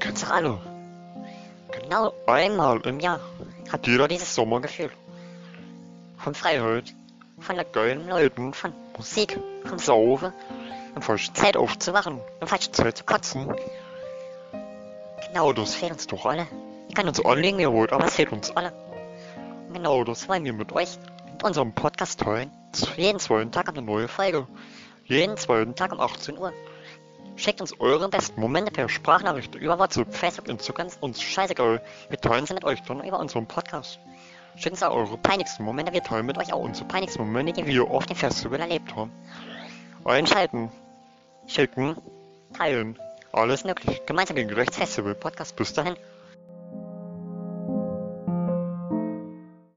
Kennst doch alle. Genau einmal im Jahr hat jeder dieses Sommergefühl. Von Freiheit, von der geilen Leuten, von Musik, vom Saufen, und falsche Zeit aufzuwachen, und falsche Zeit zu kotzen. Genau das fehlt uns doch alle. Wir können uns alle irgendwie holen, aber es fehlt uns alle. Und genau das wollen wir mit euch, mit unserem Podcast teilen. Jeden zweiten Tag eine neue Folge. Jeden zweiten Tag um 18 Uhr. Schickt uns eure besten Momente per Sprachnachricht über WhatsApp, Facebook, Instagram, uns scheißegal. Wir teilen sie mit euch dann über unseren Podcast. Schickt uns auch eure peinlichsten Momente, wir teilen mit euch auch unsere peinlichsten Momente, die wir auf dem Festival erlebt haben. Einschalten, schicken, teilen, alles möglich. Gemeinsam gegen Rechts Festival Podcast. Bis dahin.